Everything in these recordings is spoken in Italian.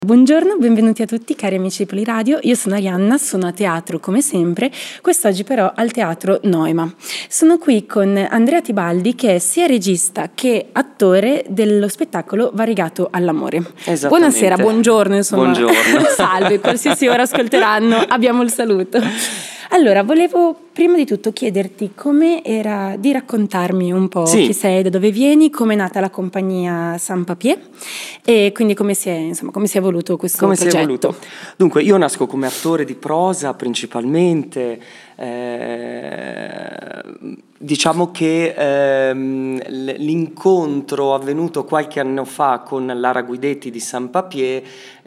Buongiorno, benvenuti a tutti cari amici di Poliradio, io sono Arianna, sono a teatro come sempre, quest'oggi però al Teatro Noema. Sono qui con Andrea Tibaldi che è sia regista che attore dello spettacolo Variegato all'amore. Buonasera, buongiorno insomma, buongiorno. Salve, qualsiasi ora ascolteranno abbiamo il saluto. Allora, volevo prima di tutto chiederti come era di raccontarmi un po' chi sei, da dove vieni, come è nata la compagnia Sans Papier e quindi come si è evoluto questo progetto. Si è evoluto? Dunque, io nasco come attore di prosa principalmente. Diciamo che l'incontro avvenuto qualche anno fa con Lara Guidetti di Sans Papier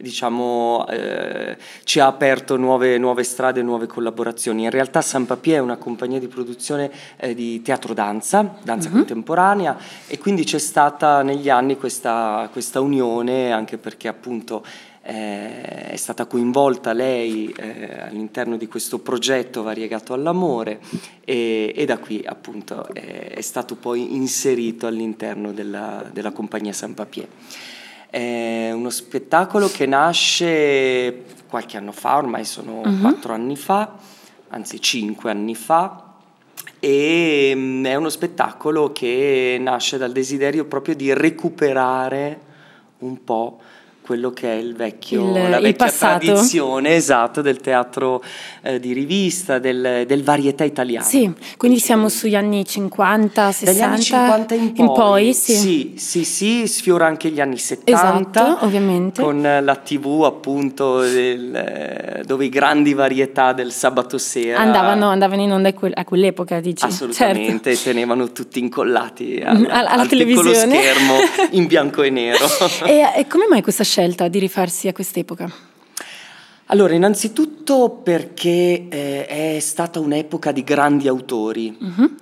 ci ha aperto nuove strade, nuove collaborazioni. In realtà Sans Papier è una compagnia di produzione di teatro-danza, danza contemporanea, e quindi c'è stata negli anni questa unione, anche perché appunto è stata coinvolta lei all'interno di questo progetto Variegato all'amore e da qui appunto è stato poi inserito all'interno della compagnia Sans Papier. È uno spettacolo che nasce qualche anno fa, ormai sono 4 anni fa, anzi 5 anni fa, e è uno spettacolo che nasce dal desiderio proprio di recuperare un po' quello che è la vecchia tradizione, esatto, del teatro di rivista, del varietà italiano. Sì, quindi siamo sugli anni 50, 60. Dagli anni 50 in poi sì, sfiora anche gli anni 70. Esatto, ovviamente. Con la TV appunto dove i grandi varietà del sabato sera andavano in onda a quell'epoca, dici? Assolutamente, certo. Tenevano tutti incollati al televisione, piccolo schermo in bianco e nero. E come mai questa scelta di rifarsi a quest'epoca? Allora, innanzitutto perché è stata un'epoca di grandi autori,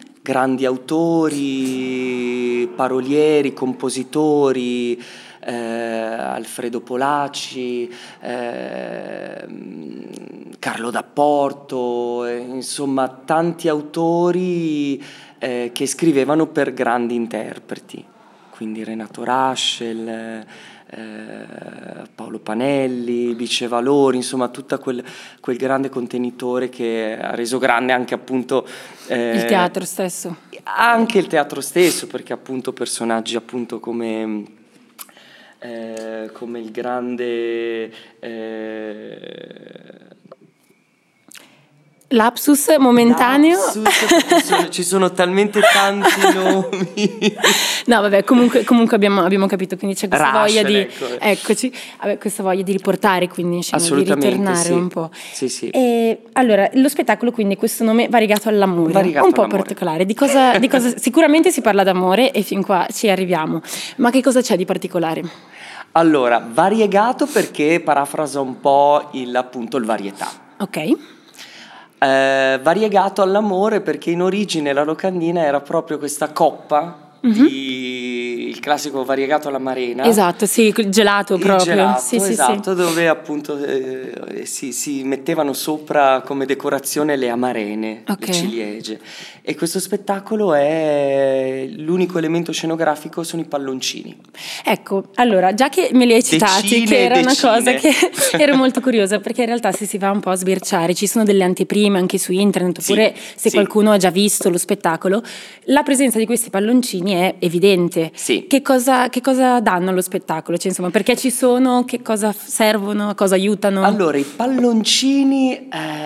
parolieri, compositori, Alfredo Polacci, Carlo D'Apporto, insomma tanti autori che scrivevano per grandi interpreti, quindi Renato Raschel, Paolo Panelli, Bice Valori, insomma tutto quel grande contenitore che ha reso grande anche appunto il teatro stesso. Anche il teatro stesso, perché appunto personaggi appunto come il grande lapsus momentaneo. Ci sono talmente tanti nomi. No, vabbè, comunque abbiamo capito, quindi c'è questa voglia di questa voglia di riportare, quindi di ritornare un po'. Sì. E allora, lo spettacolo quindi questo nome Variegato all'amore, un po' particolare. Di cosa sicuramente si parla d'amore e fin qua ci arriviamo. Ma che cosa c'è di particolare? Allora, variegato perché parafrasa un po' il varietà. Ok. Variegato all'amore perché in origine la locandina era proprio questa coppa il classico variegato alla Marena. Esatto, sì, il gelato proprio. Gelato, sì, esatto, dove appunto si mettevano sopra come decorazione le amarene, le ciliegie. E questo spettacolo è l'unico elemento scenografico sono i palloncini. Ecco, allora, già che me li hai citati, che era una cosa che ero molto curiosa, perché in realtà se si va un po' a sbirciare, ci sono delle anteprime anche su internet, oppure se qualcuno ha già visto lo spettacolo, la presenza di questi palloncini è evidente. Sì. Che cosa danno allo spettacolo? Cioè, insomma, perché ci sono, che cosa servono, a cosa aiutano? Allora, i palloncini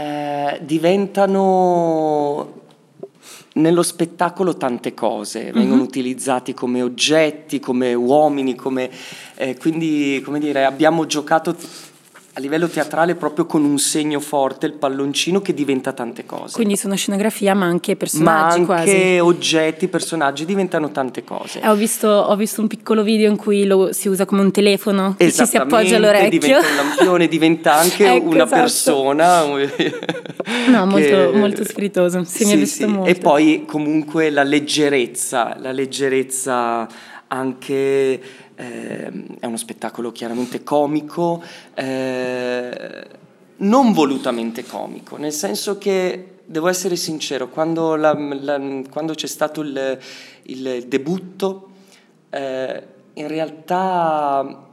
diventano nello spettacolo tante cose, vengono utilizzati come oggetti, come uomini, quindi come dire, abbiamo giocato a livello teatrale proprio con un segno forte, il palloncino, che diventa tante cose. Quindi sono scenografia ma anche personaggi, ma anche quasi. Oggetti, personaggi, diventano tante cose. Ho visto un piccolo video in cui lo si usa come un telefono, che ci si appoggia all'orecchio. Diventa un lampione, diventa anche una persona. No, molto spiritoso, mi è visto molto. E poi comunque la leggerezza anche... è uno spettacolo chiaramente comico, non volutamente comico, nel senso che, devo essere sincero, quando c'è stato il debutto, in realtà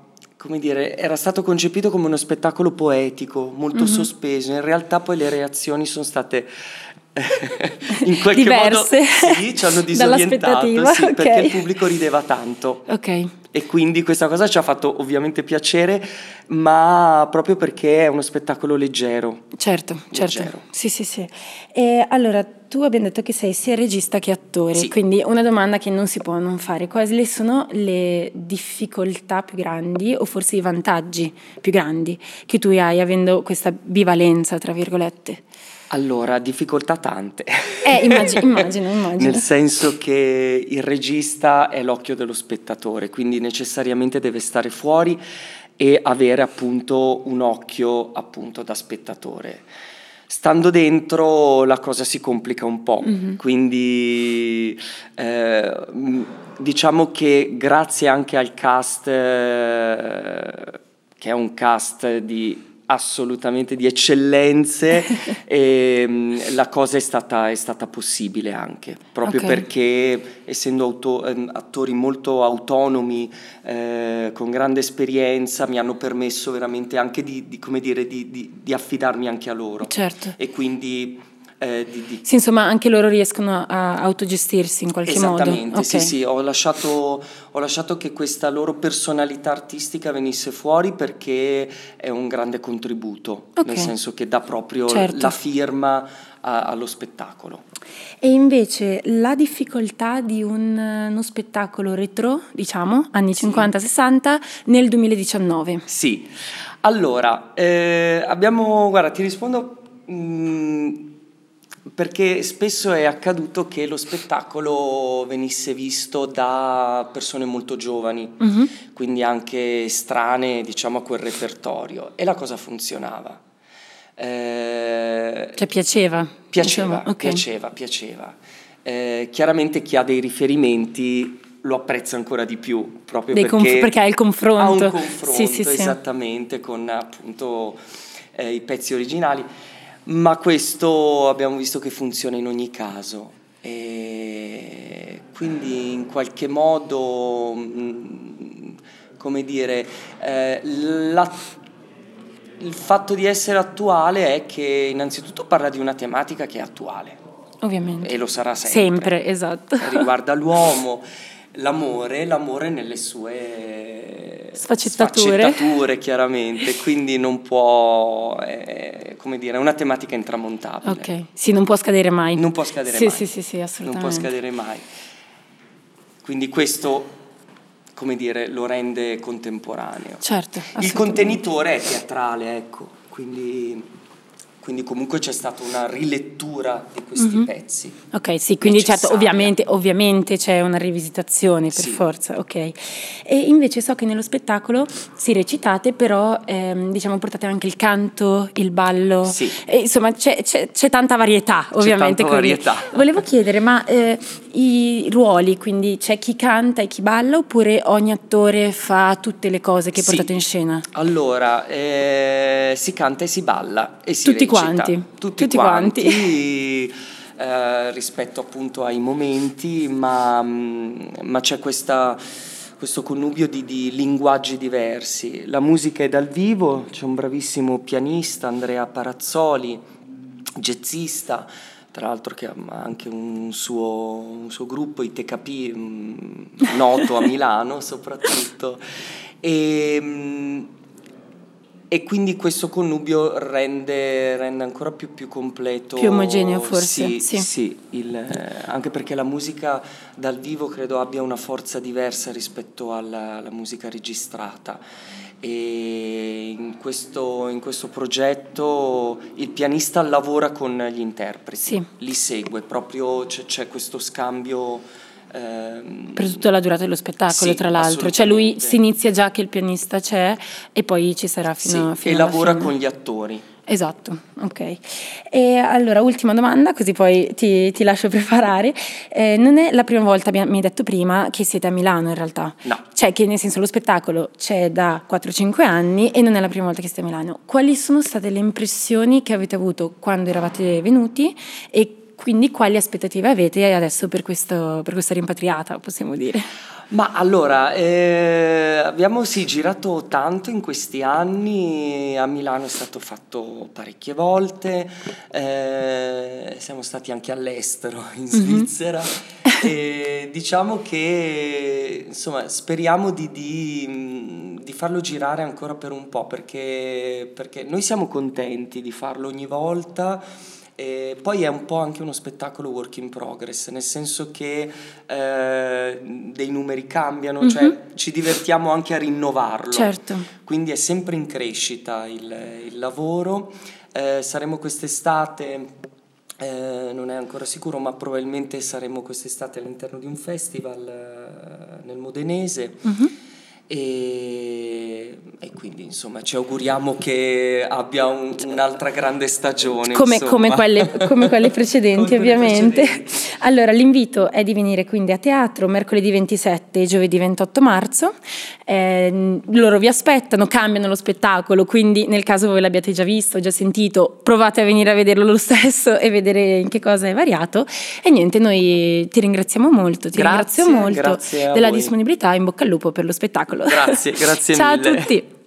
come dire, era stato concepito come uno spettacolo poetico, molto sospeso. In realtà poi le reazioni sono state in qualche diverse modo sì, ci hanno disorientato, sì, okay. perché il pubblico rideva tanto. Ok. E quindi questa cosa ci ha fatto ovviamente piacere, ma proprio perché è uno spettacolo leggero. Certo. Leggero. Sì. E allora, tu abbiamo detto che sei sia regista che attore, Sì. quindi una domanda che non si può non fare: quali sono le difficoltà più grandi o forse i vantaggi più grandi che tu hai avendo questa bivalenza, tra virgolette? Allora, difficoltà tante. Immagino. Nel senso che il regista è l'occhio dello spettatore, quindi necessariamente deve stare fuori e avere appunto un occhio appunto da spettatore. Stando dentro la cosa si complica un po', quindi diciamo che grazie anche al cast, che è un cast assolutamente di eccellenze, la cosa è stata possibile anche proprio perché essendo attori molto autonomi, con grande esperienza, mi hanno permesso veramente anche di affidarmi anche a loro. Certo. E quindi sì, insomma, anche loro riescono a autogestirsi in qualche modo. Esattamente, Okay. sì, ho lasciato che questa loro personalità artistica venisse fuori perché è un grande contributo, nel senso che dà proprio la firma allo spettacolo. E invece la difficoltà di uno spettacolo retro, diciamo, anni 50-60, nel 2019. Sì, allora, guarda, ti rispondo perché spesso è accaduto che lo spettacolo venisse visto da persone molto giovani, quindi anche estranee, diciamo, a quel repertorio, e la cosa funzionava. Cioè piaceva? Piaceva. Chiaramente chi ha dei riferimenti lo apprezza ancora di più, proprio perché ha il confronto. Ha un confronto, sì. esattamente, con appunto i pezzi originali. Ma questo abbiamo visto che funziona in ogni caso, e quindi in qualche modo, come dire, il fatto di essere attuale è che innanzitutto parla di una tematica che è attuale. Ovviamente. E lo sarà sempre. Esatto. Riguarda l'uomo, l'amore nelle sue sfaccettature chiaramente, quindi non può, come dire, è una tematica intramontabile. Ok, sì, non può scadere mai. Non può scadere mai. Sì, assolutamente. Non può scadere mai. Quindi questo, come dire, lo rende contemporaneo. Certo, il contenitore è teatrale, ecco, quindi comunque c'è stata una rilettura di questi pezzi. Ok, sì, quindi certo, ovviamente c'è una rivisitazione per forza, ok. E invece so che nello spettacolo si recitate, però diciamo portate anche il canto, il ballo, insomma c'è tanta varietà, ovviamente. C'è tanta varietà. Volevo chiedere, ma i ruoli, quindi c'è chi canta e chi balla, oppure ogni attore fa tutte le cose che portate in scena? Allora, si canta e si balla e si recita. Tutti quanti. Rispetto appunto ai momenti, ma c'è questo connubio di linguaggi diversi. La musica è dal vivo, c'è un bravissimo pianista, Andrea Parazzoli, jazzista, tra l'altro, che ha anche un suo gruppo, i TKP, noto a Milano soprattutto, e quindi questo connubio rende ancora più completo, più omogeneo forse. Sì, anche perché la musica dal vivo credo abbia una forza diversa rispetto alla musica registrata, e in questo progetto il pianista lavora con gli interpreti, li segue, proprio c'è questo scambio per tutta la durata dello spettacolo, tra l'altro, cioè lui si inizia già che il pianista c'è e poi ci sarà fino alla fine. E lavora con gli attori. Esatto, ok. E allora, ultima domanda, così poi ti lascio preparare. Non è la prima volta, mi hai detto prima, che siete a Milano in realtà. No. Cioè che nel senso lo spettacolo c'è da 4-5 anni e non è la prima volta che siete a Milano. Quali sono state le impressioni che avete avuto quando eravate venuti e quindi quali aspettative avete adesso per questa rimpatriata, possiamo dire? Ma allora, abbiamo girato tanto in questi anni, a Milano è stato fatto parecchie volte, siamo stati anche all'estero, in Svizzera, e diciamo che insomma speriamo di farlo girare ancora per un po', perché noi siamo contenti di farlo ogni volta. E poi è un po' anche uno spettacolo work in progress, nel senso che dei numeri cambiano, cioè ci divertiamo anche a rinnovarlo. Certo. Quindi è sempre in crescita il lavoro. Saremo quest'estate, non è ancora sicuro, ma probabilmente saremo quest'estate all'interno di un festival nel Modenese. E quindi insomma ci auguriamo che abbia un'altra grande stagione come quelle precedenti, ovviamente. Allora l'invito è di venire quindi a teatro mercoledì 27 e giovedì 28 marzo. Loro vi aspettano, cambiano lo spettacolo, quindi nel caso voi l'abbiate già visto, già sentito, provate a venire a vederlo lo stesso e vedere in che cosa è variato. E niente, noi ti ringraziamo molto, ringrazio molto grazie della voi. disponibilità. In bocca al lupo per lo spettacolo. Grazie Ciao mille. A tutti.